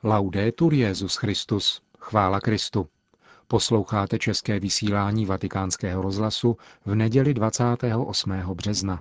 Laudetur Jesus Christus, chvála Kristu. Posloucháte české vysílání Vatikánského rozhlasu v neděli 28. března.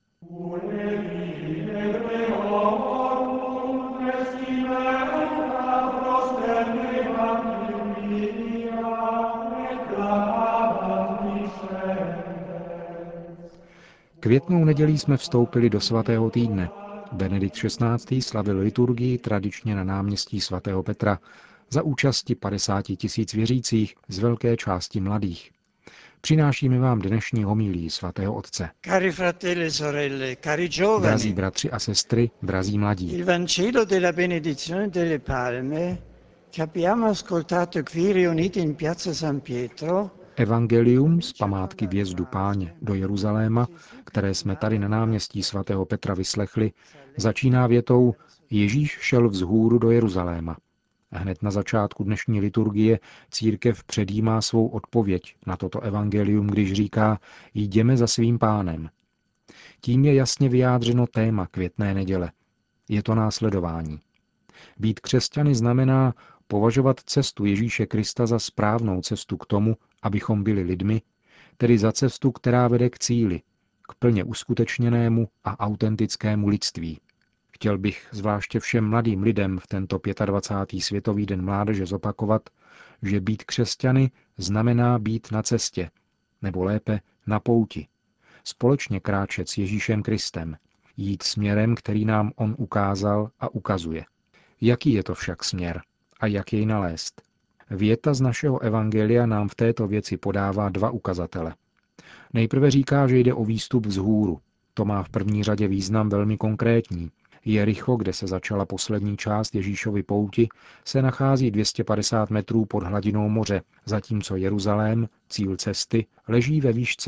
Květnou nedělí jsme vstoupili do svatého týdne. Benedikt XVI. Slavil liturgii tradičně na náměstí svatého Petra za účasti 50 000 věřících, z velké části mladých. Přinášíme vám dnešní homilii svatého otce. Cari fratelli e sorelle, cari giovani. Drazí bratři a sestry, drazí mladí. Il Vangelo della benedizione delle Palme che abbiamo ascoltato qui riuniti in Piazza San Pietro. Evangelium z památky vjezdu Páně do Jeruzaléma, které jsme tady na náměstí svatého Petra vyslechli, začíná větou Ježíš šel vzhůru do Jeruzaléma. Hned na začátku dnešní liturgie církev předjímá svou odpověď na toto evangelium, když říká jdeme za svým Pánem. Tím je jasně vyjádřeno téma květné neděle. Je to následování. Být křesťany znamená považovat cestu Ježíše Krista za správnou cestu k tomu, abychom byli lidmi, tedy za cestu, která vede k cíli, k plně uskutečněnému a autentickému lidství. Chtěl bych zvláště všem mladým lidem v tento 25. světový den mládeže zopakovat, že být křesťany znamená být na cestě, nebo lépe na pouti, společně kráčet s Ježíšem Kristem, jít směrem, který nám on ukázal a ukazuje. Jaký je to však směr a jak jej nalézt? Věta z našeho evangelia nám v této věci podává dva ukazatele. Nejprve říká, že jde o výstup vzhůru. To má v první řadě význam velmi konkrétní. Jericho, kde se začala poslední část Ježíšovy pouti, se nachází 250 metrů pod hladinou moře, zatímco Jeruzalém, cíl cesty, leží ve výšce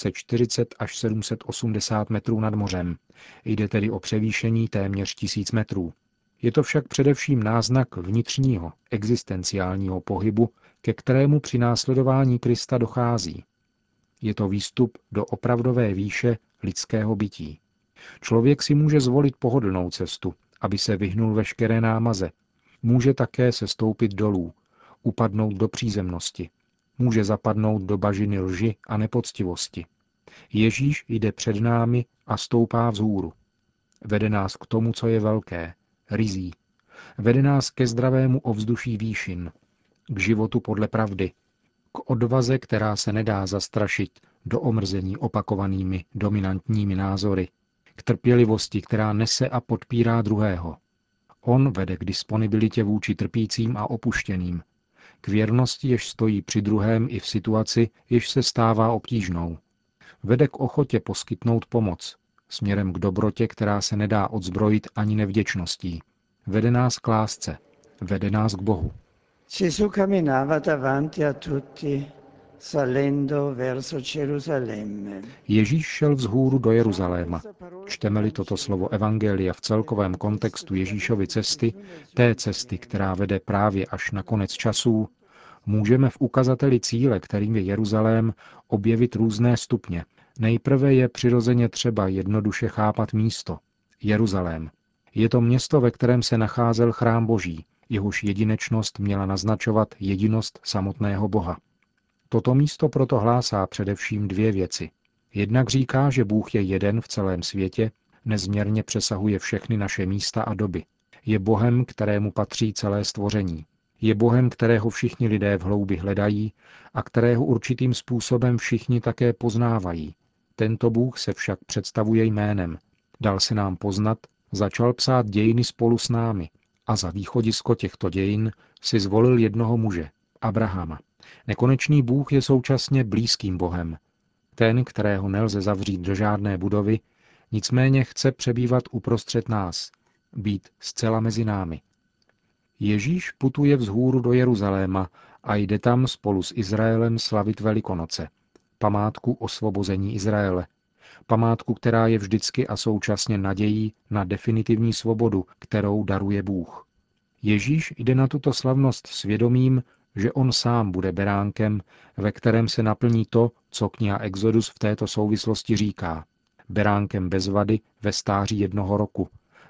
740 až 780 metrů nad mořem. Jde tedy o převýšení téměř 1000 metrů. Je to však především náznak vnitřního, existenciálního pohybu, ke kterému při následování Krista dochází. Je to výstup do opravdové výše lidského bytí. Člověk si může zvolit pohodlnou cestu, aby se vyhnul veškeré námaze. Může také se stoupit dolů, upadnout do přízemnosti. Může zapadnout do bažiny lži a nepoctivosti. Ježíš jde před námi a stoupá vzhůru. Vede nás k tomu, co je velké, ryzí. Vede nás ke zdravému ovzduší výšin, k životu podle pravdy, k odvaze, která se nedá zastrašit do omrzení opakovanými dominantními názory, k trpělivosti, která nese a podpírá druhého. On vede k disponibilitě vůči trpícím a opuštěným, k věrnosti, jež stojí při druhém i v situaci, jež se stává obtížnou. Vede k ochotě poskytnout pomoc, směrem k dobrotě, která se nedá odzbrojit ani nevděčností. Vede nás k lásce, vede nás k Bohu. Gesù camminava davanti a tutti, salendo verso Gerusalemme. Ježíš šel vzhůru do Jeruzaléma. Čteme-li toto slovo evangelia v celkovém kontextu Ježíšovy cesty, té cesty, která vede právě až na konec časů, můžeme v ukazateli cíle, kterým je Jeruzalém, objevit různé stupně. Nejprve je přirozeně třeba jednoduše chápat místo, Jeruzalém. Je to město, ve kterém se nacházel chrám Boží, jehož jedinečnost měla naznačovat jedinost samotného Boha. Toto místo proto hlásá především dvě věci. Jednak říká, že Bůh je jeden v celém světě, nezměrně přesahuje všechny naše místa a doby. Je Bohem, kterému patří celé stvoření. Je Bohem, kterého všichni lidé v hloubi hledají a kterého určitým způsobem všichni také poznávají. Tento Bůh se však představuje jménem. Dal se nám poznat, začal psát dějiny spolu s námi a za východisko těchto dějin si zvolil jednoho muže, Abrahama. Nekonečný Bůh je současně blízkým Bohem. Ten, kterého nelze zavřít do žádné budovy, nicméně chce přebývat uprostřed nás, být zcela mezi námi. Ježíš putuje vzhůru do Jeruzaléma a jde tam spolu s Izraelem slavit Velikonoce, památku osvobození Izraele, památku, která je vždycky a současně nadějí na definitivní svobodu, kterou daruje Bůh. Ježíš jde na tuto slavnost svědomím, že on sám bude beránkem, ve kterém se naplní to, co kniha Exodus v této souvislosti říká. Beránkem bez vady ve stáří 1 roku,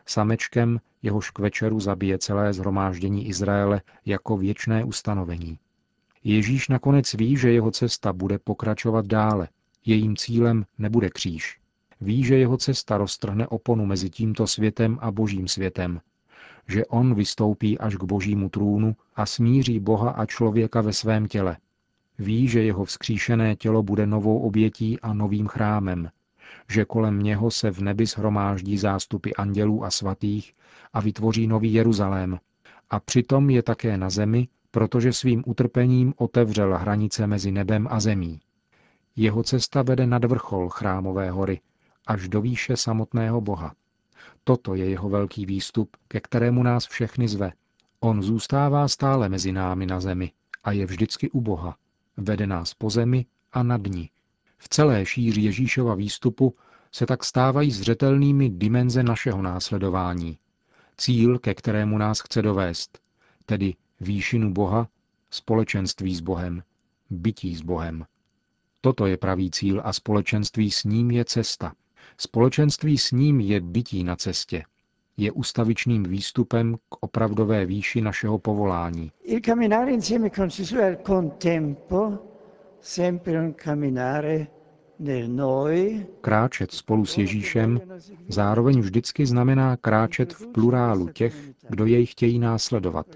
samečkem, jehož k večeru zabije celé shromáždění Izraele jako věčné ustanovení. Ježíš nakonec ví, že jeho cesta bude pokračovat dále. Jejím cílem nebude kříž. Ví, že jeho cesta roztrhne oponu mezi tímto světem a božím světem, že on vystoupí až k božímu trůnu a smíří Boha a člověka ve svém těle. Ví, že jeho vzkříšené tělo bude novou obětí a novým chrámem, že kolem něho se v nebi shromáždí zástupy andělů a svatých a vytvoří nový Jeruzalém. A přitom je také na zemi, protože svým utrpením otevřel hranice mezi nebem a zemí. Jeho cesta vede nad vrchol chrámové hory, až do výše samotného Boha. Toto je jeho velký výstup, ke kterému nás všechny zve. On zůstává stále mezi námi na zemi a je vždycky u Boha. Vede nás po zemi a nad ní. V celé šíři Ježíšova výstupu se tak stávají zřetelnými dimenze našeho následování. Cíl, ke kterému nás chce dovést, tedy výšinu Boha, společenství s Bohem, bytí s Bohem. Toto je pravý cíl a společenství s ním je cesta. Společenství s ním je bytí na cestě. Je ustavičným výstupem k opravdové výši našeho povolání. Il camminare insieme con Gesù è al contempo sempre un camminare nel noi. Kráčet spolu s Ježíšem zároveň vždycky znamená kráčet v plurálu těch, kdo jej chtějí následovat.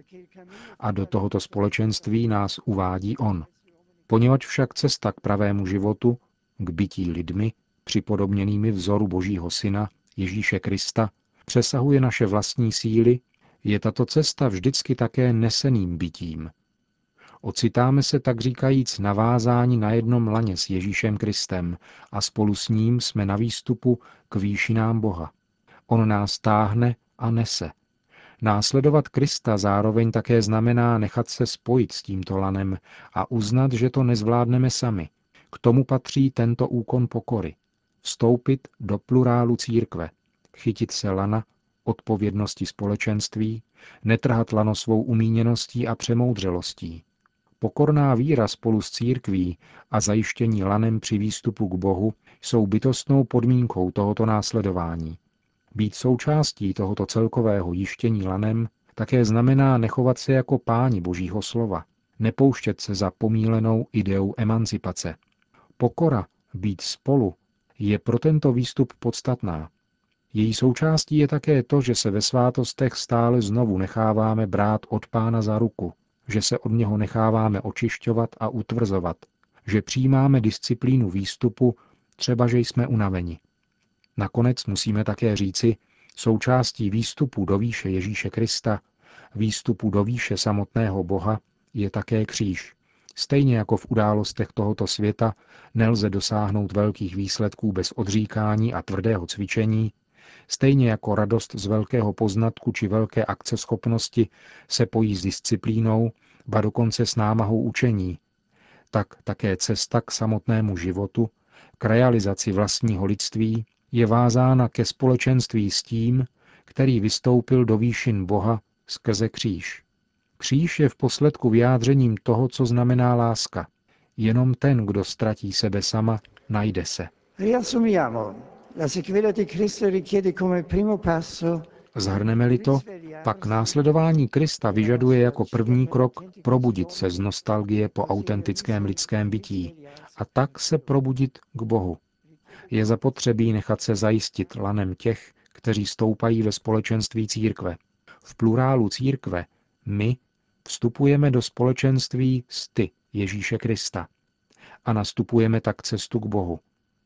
A do tohoto společenství nás uvádí on. Poněvadž však cesta k pravému životu, k bytí lidmi, připodobněnými vzoru Božího Syna, Ježíše Krista, přesahuje naše vlastní síly, je tato cesta vždycky také neseným bytím. Ocitáme se tak říkajíc navázáni na jednom laně s Ježíšem Kristem a spolu s ním jsme na výstupu k výšinám Boha. On nás táhne a nese. Následovat Krista zároveň také znamená nechat se spojit s tímto lanem a uznat, že to nezvládneme sami. K tomu patří tento úkon pokory. Vstoupit do plurálu církve, chytit se lana, odpovědnosti společenství, netrhat lano svou umíněností a přemoudřelostí. Pokorná víra spolu s církví a zajištění lanem při výstupu k Bohu jsou bytostnou podmínkou tohoto následování. Být součástí tohoto celkového jištění lanem také znamená nechovat se jako páni Božího slova, nepouštět se za pomílenou ideou emancipace. Pokora, být spolu, je pro tento výstup podstatná. Její součástí je také to, že se ve svátostech stále znovu necháváme brát od Pána za ruku, že se od něho necháváme očišťovat a utvrzovat, že přijímáme disciplínu výstupu, třeba že jsme unaveni. Nakonec musíme také říci, součástí výstupu do výše Ježíše Krista, výstupu do výše samotného Boha, je také kříž. Stejně jako v událostech tohoto světa nelze dosáhnout velkých výsledků bez odříkání a tvrdého cvičení, stejně jako radost z velkého poznatku či velké akceschopnosti se pojí s disciplínou, ba dokonce s námahou učení, tak také cesta k samotnému životu, k realizaci vlastního lidství, je vázána ke společenství s tím, který vystoupil do výšin Boha skrze kříž. Kříž je v posledku vyjádřením toho, co znamená láska. Jenom ten, kdo ztratí sebe sama, najde se. Riassumiamo. La sequela di Cristo richiede come primo passo. Zhrneme-li to, pak následování Krista vyžaduje jako první krok probudit se z nostalgie po autentickém lidském bytí a tak se probudit k Bohu. Je zapotřebí nechat se zajistit lanem těch, kteří stoupají ve společenství církve. V plurálu církve my vstupujeme do společenství s ty Ježíše Krista a nastupujeme tak cestu k Bohu.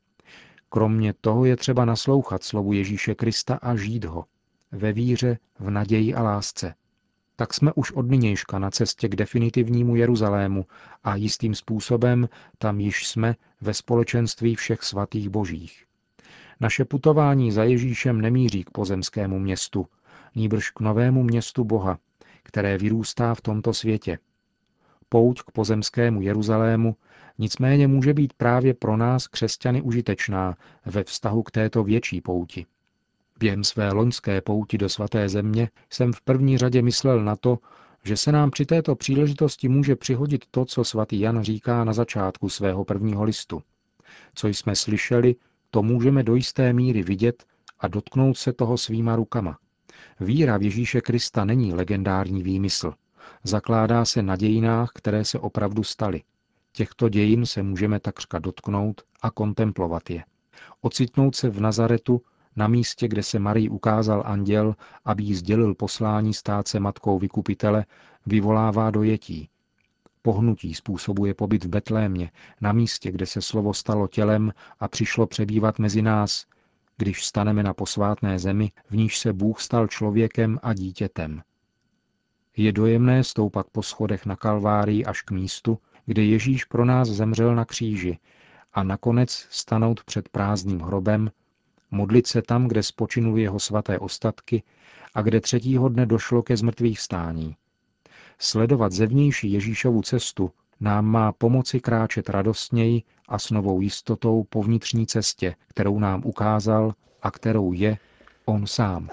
Kromě toho je třeba naslouchat slovu Ježíše Krista a žít ho, ve víře, v naději a lásce. Tak jsme už od nynějška na cestě k definitivnímu Jeruzalému a jistým způsobem tam již jsme ve společenství všech svatých božích. Naše putování za Ježíšem nemíří k pozemskému městu, nýbrž k novému městu Boha, které vyrůstá v tomto světě. Pouť k pozemskému Jeruzalému nicméně může být právě pro nás křesťany užitečná ve vztahu k této větší pouti. Během své loňské pouti do svaté země jsem v první řadě myslel na to, že se nám při této příležitosti může přihodit to, co svatý Jan říká na začátku svého prvního listu. Co jsme slyšeli, to můžeme do jisté míry vidět a dotknout se toho svýma rukama. Víra v Ježíše Krista není legendární výmysl. Zakládá se na dějinách, které se opravdu staly. Těchto dějin se můžeme takřka dotknout a kontemplovat je. Ocitnout se v Nazaretu, na místě, kde se Marii ukázal anděl, aby jí sdělil poslání stát se matkou vykupitele, vyvolává dojetí. Pohnutí způsobuje pobyt v Betlémě, na místě, kde se slovo stalo tělem a přišlo přebývat mezi nás, když staneme na posvátné zemi, v níž se Bůh stal člověkem a dítětem. Je dojemné stoupat po schodech na Kalvárii až k místu, kde Ježíš pro nás zemřel na kříži, a nakonec stanout před prázdným hrobem, modlit se tam, kde spočinuly jeho svaté ostatky a kde třetího dne došlo ke zmrtvýchvstání. Sledovat zevnější Ježíšovu cestu nám má pomoci kráčet radostněji a s novou jistotou po vnitřní cestě, kterou nám ukázal a kterou je on sám.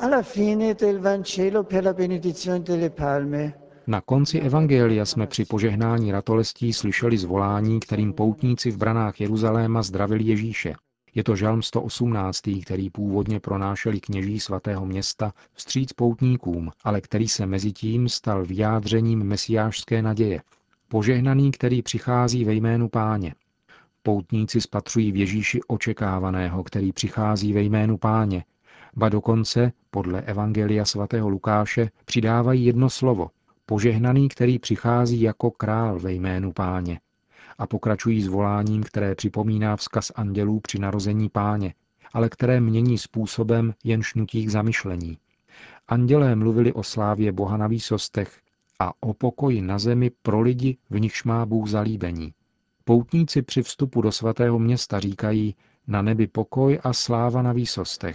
Na konci evangelia jsme při požehnání ratolestí slyšeli zvolání, kterým poutníci v branách Jeruzaléma zdravili Ježíše. Je to žalm 118., který původně pronášeli kněží svatého města vstříc poutníkům, ale který se mezitím stal vyjádřením mesiášské naděje. Požehnaný, který přichází ve jménu Páně. Poutníci spatřují v Ježíši očekávaného, který přichází ve jménu Páně, ba dokonce, podle evangelia svatého Lukáše, přidávají jedno slovo – požehnaný, který přichází jako král ve jménu Páně. A pokračují zvoláním, které připomíná vzkaz andělů při narození Páně, ale které mění způsobem, jenž nutí k zamyšlení. Andělé mluvili o slávě Boha na výsostech a o pokoji na zemi pro lidi, v nichž má Bůh zalíbení. Poutníci při vstupu do svatého města říkají na nebi pokoj a sláva na výsostech.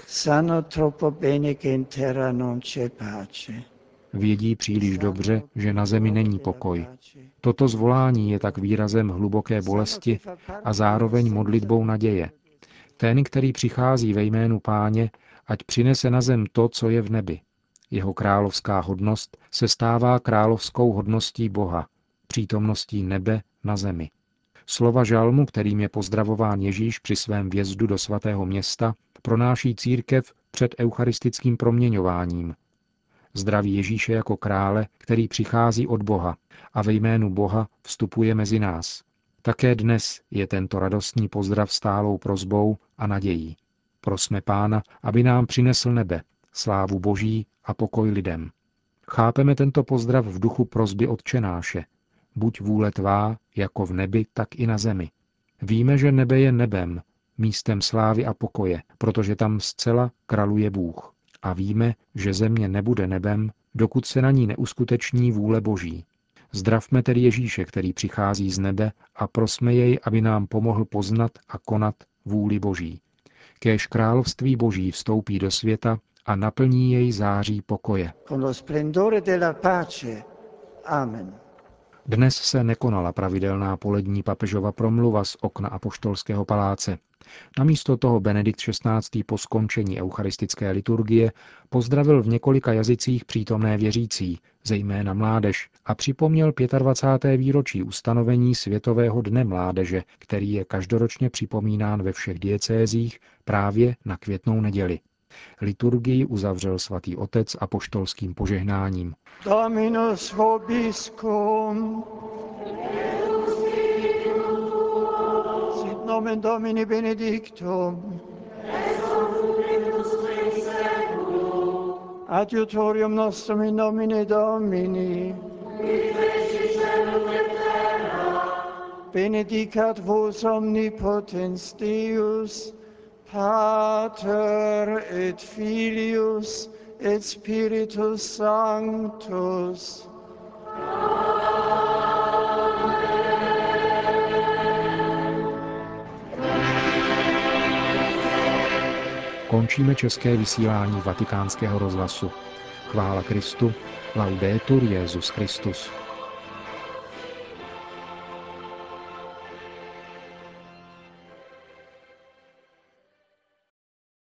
Vědí příliš dobře, že na zemi není pokoj. Toto zvolání je tak výrazem hluboké bolesti a zároveň modlitbou naděje. Ten, který přichází ve jménu Páně, ať přinese na zem to, co je v nebi. Jeho královská hodnost se stává královskou hodností Boha, přítomností nebe na zemi. Slova žalmu, kterým je pozdravován Ježíš při svém vjezdu do svatého města, pronáší církev před eucharistickým proměňováním. Zdraví Ježíše jako krále, který přichází od Boha a ve jménu Boha vstupuje mezi nás. Také dnes je tento radostný pozdrav stálou prosbou a nadějí. Prosme Pána, aby nám přinesl nebe, slávu Boží a pokoj lidem. Chápeme tento pozdrav v duchu prosby Otčenáše. Buď vůle tvá, jako v nebi, tak i na zemi. Víme, že nebe je nebem, místem slávy a pokoje, protože tam zcela kraluje Bůh. A víme, že země nebude nebem, dokud se na ní neuskuteční vůle Boží. Zdravme tedy Ježíše, který přichází z nebe, a prosme jej, aby nám pomohl poznat a konat vůli Boží. Kéž království Boží vstoupí do světa a naplní jej září pokoje. Amen. Dnes se nekonala pravidelná polední papežova promluva z okna apoštolského paláce. Namísto toho Benedikt XVI. Po skončení eucharistické liturgie pozdravil v několika jazycích přítomné věřící, zejména mládež, a připomněl 25. výročí ustanovení Světového dne mládeže, který je každoročně připomínán ve všech diecézích právě na Květnou neděli. Liturgii uzavřel svatý otec apoštolským požehnáním. Dominus vobiscum. Sit nomen Domini benedictum. Adiutorium nostrum in nomine Domini. Benedicat vos omnipotens Deus, Pater et Filius et Spiritus Sanctus. Končíme české vysílání Vatikánského rozhlasu. Chvála Kristu, laudetur Jesus Christus.